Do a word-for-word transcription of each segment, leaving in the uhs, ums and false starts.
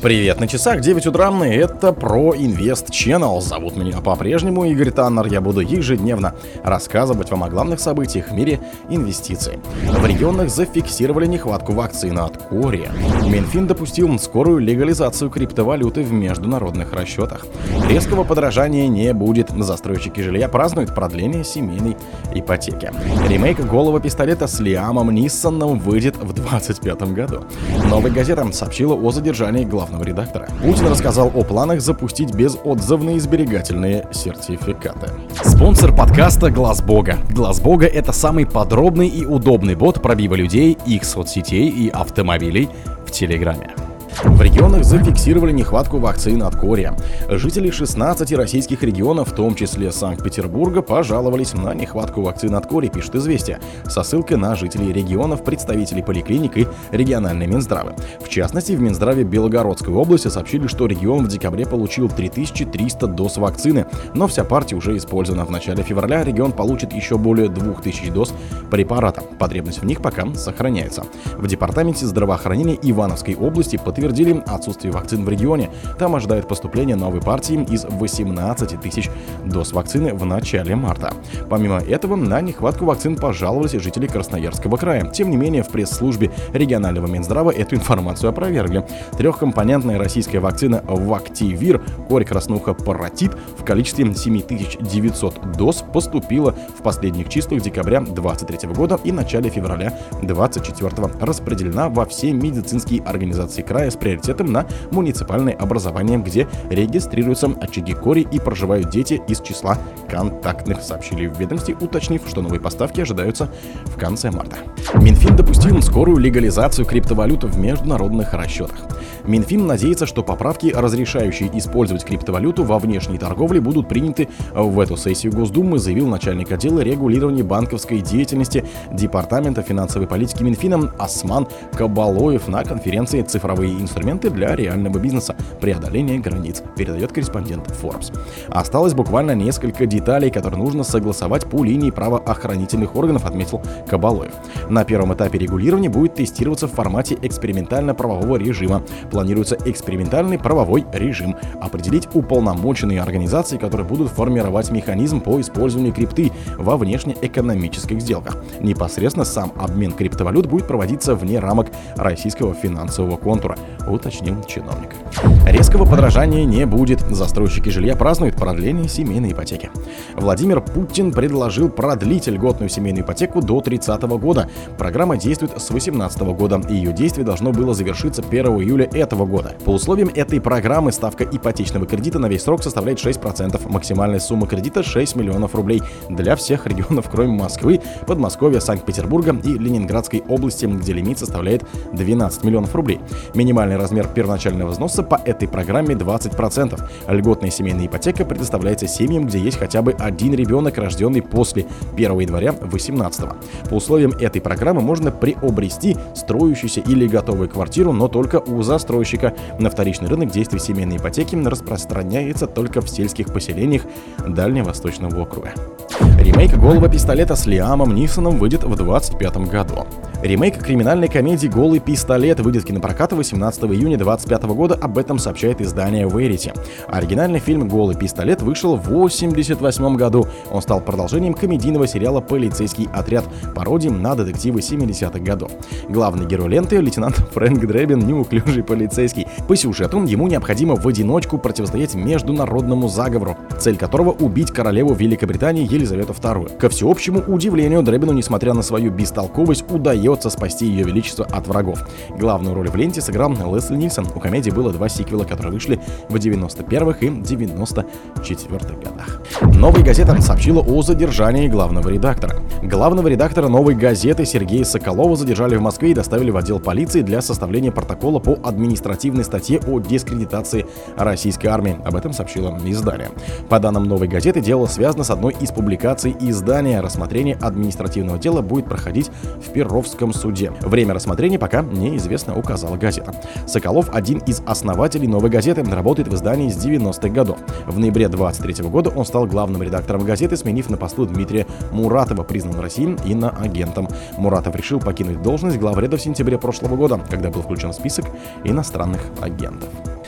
Привет, на часах девять утра, и это про Invest Channel. Зовут меня по-прежнему Игорь Таннер. Я буду ежедневно рассказывать вам о главных событиях в мире инвестиций. В регионах зафиксировали нехватку вакцины от кори. Минфин допустил скорую легализацию криптовалюты в международных расчетах. Резкого подорожания не будет. Застройщики жилья празднуют продление семейной ипотеки. Ремейк «Голого пистолета» с Лиамом Нисоном выйдет в двадцать пятом году. Новая газета сообщила о задержании главного редактора. Путин рассказал о планах запустить безотзывные сберегательные сертификаты. Спонсор подкаста Глаз Бога. Глаз Бога — это самый подробный и удобный бот пробива людей, их соцсетей и автомобилей в Телеграме. В регионах зафиксировали нехватку вакцин от кори. Жители шестнадцати российских регионов, в том числе Санкт-Петербурга, пожаловались на нехватку вакцин от кори, пишет «Известия», со ссылкой на жителей регионов, представителей поликлиник и региональные Минздравы. В частности, в Минздраве Белгородской области сообщили, что регион в декабре получил три тысячи триста доз вакцины, но вся партия уже использована. В начале февраля регион получит еще более двух тысяч доз препарата. Потребность в них пока сохраняется. В департаменте здравоохранения Ивановской области подтвердили Подтвердили отсутствие вакцин в регионе. Там ожидают поступления новой партии из восемнадцати тысяч доз вакцины в начале марта. Помимо этого, на нехватку вакцин пожаловались жители Красноярского края. Тем не менее, в пресс-службе регионального Минздрава эту информацию опровергли. Трехкомпонентная российская вакцина Вактивир, корь, краснуха, паротит в количестве семь тысяч девятьсот доз поступила в последних числах декабря две тысячи двадцать третьего года и начале февраля две тысячи двадцать четвёртого. Распределена во все медицинские организации края с приоритетом на муниципальное образование, где регистрируются очаги кори и проживают дети из числа контактных, сообщили в ведомстве, уточнив, что новые поставки ожидаются в конце марта. Минфин допустил скорую легализацию криптовалют в международных расчетах. Минфин надеется, что поправки, разрешающие использовать криптовалюту во внешней торговле, будут приняты в эту сессию Госдумы, заявил начальник отдела регулирования банковской деятельности Департамента финансовой политики Минфина Осман Кабалоев на конференции «Цифровые инструменты для реального бизнеса. Преодоление границ», передает корреспондент Forbes. Осталось буквально несколько деталей, которые нужно согласовать по линии правоохранительных органов, отметил Кабалоев. На первом этапе регулирования будет тестироваться в формате экспериментально-правового режима. Планируется экспериментальный правовой режим. Определить уполномоченные организации, которые будут формировать механизм по использованию крипты во внешнеэкономических сделках. Непосредственно сам обмен криптовалют будет проводиться вне рамок российского финансового контура, уточнил чиновник. Резкого подорожания не будет. Застройщики жилья празднуют продление семейной ипотеки. Владимир Путин предложил продлить льготную семейную ипотеку до тридцатого года. Программа действует с восемнадцатого года, и ее действие должно было завершиться первого июля этого года. По условиям этой программы ставка ипотечного кредита на весь срок составляет шесть процентов. Максимальная сумма кредита шесть миллионов рублей для всех регионов, кроме Москвы, Подмосковья, Санкт-Петербурга и Ленинградской области, где лимит составляет двенадцать миллионов рублей. Минимальный размер первоначального взноса по этой программе двадцать процентов. Льготная семейная ипотека предоставляется семьям, где есть хотя бы один ребенок, рожденный после первого января две тысячи восемнадцатого. По условиям этой программы можно приобрести строящуюся или готовую квартиру, но только у застройщика. На вторичный рынок действие семейной ипотеки распространяется только в сельских поселениях Дальневосточного округа. Ремейк «Голого пистолета» с Лиамом Нисоном выйдет в двадцать пятом году. Ремейк криминальной комедии «Голый пистолет» выйдет в кинопрокат восемнадцатого июня две тысячи двадцать пятого года, об этом сообщает издание Verity. Оригинальный фильм «Голый пистолет» вышел в восемьдесят восьмом году. Он стал продолжением комедийного сериала «Полицейский отряд», пародией на детективы семидесятых годов. Главный герой ленты — лейтенант Фрэнк Дребин, неуклюжий полицейский. По сюжету ему необходимо в одиночку противостоять международному заговору, цель которого — убить королеву Великобритании Елизавету вторую. Ко всеобщему удивлению, Дребину, несмотря на свою бестолковость, удается спасти ее величество от врагов. Главную роль в ленте сыграл Лесли Нильсон. У комедии было два сиквела, которые вышли в девяносто первых и девяносто четвёртых годах. «Новая газета» сообщила о задержании главного редактора. Главного редактора «Новой газеты» Сергея Соколова задержали в Москве и доставили в отдел полиции для составления протокола по административной статье о дискредитации российской армии. Об этом сообщило издание. По данным «Новой газеты», дело связано с одной из публикаций издания. Рассмотрение административного дела будет проходить в Перовском суде. Время рассмотрения пока неизвестно, указала газета. Соколов — один из основателей «Новой газеты», работает в издании с девяностых годов. В ноябре двадцать третьего года он стал главным редактором газеты, сменив на посту Дмитрия Муратова, признанного в России иноагентом. Муратов решил покинуть должность главреда в сентябре прошлого года, когда был включен в список иностранных агентов.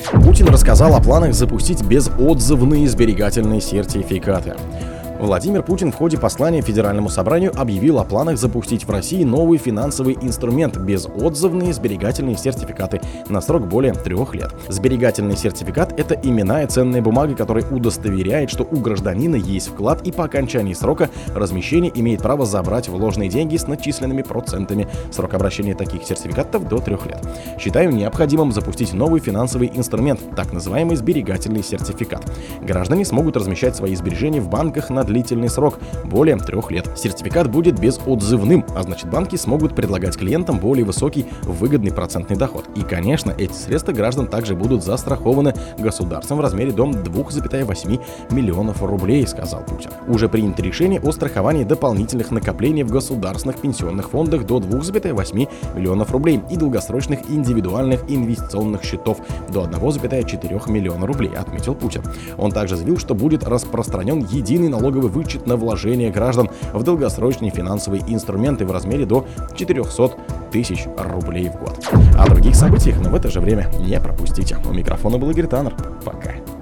Путин рассказал о планах запустить безотзывные сберегательные сертификаты. Владимир Путин в ходе послания Федеральному собранию объявил о планах запустить в России новый финансовый инструмент – безотзывные сберегательные сертификаты на срок более трех лет. Сберегательный сертификат – это именная ценная бумага, которая удостоверяет, что у гражданина есть вклад и по окончании срока размещения имеет право забрать вложенные деньги с начисленными процентами. Срок обращения таких сертификатов до трех лет. Считаем необходимым запустить новый финансовый инструмент – так называемый сберегательный сертификат. Граждане смогут размещать свои сбережения в банках на длительный срок, более трех лет. Сертификат будет безотзывным, а значит банки смогут предлагать клиентам более высокий выгодный процентный доход. И, конечно, эти средства граждан также будут застрахованы государством в размере до двух целых восьми десятых миллионов рублей, сказал Путин. Уже принято решение о страховании дополнительных накоплений в государственных пенсионных фондах до двух целых восьми десятых миллионов рублей и долгосрочных индивидуальных инвестиционных счетов до одного целых четырех десятых миллиона рублей, отметил Путин. Он также заявил, что будет распространен единый налоговый вычет на вложение граждан в долгосрочные финансовые инструменты в размере до четырехсот тысяч рублей в год. О других событиях, но в это же время не пропустите. У микрофона был Игорь Таннер. Пока.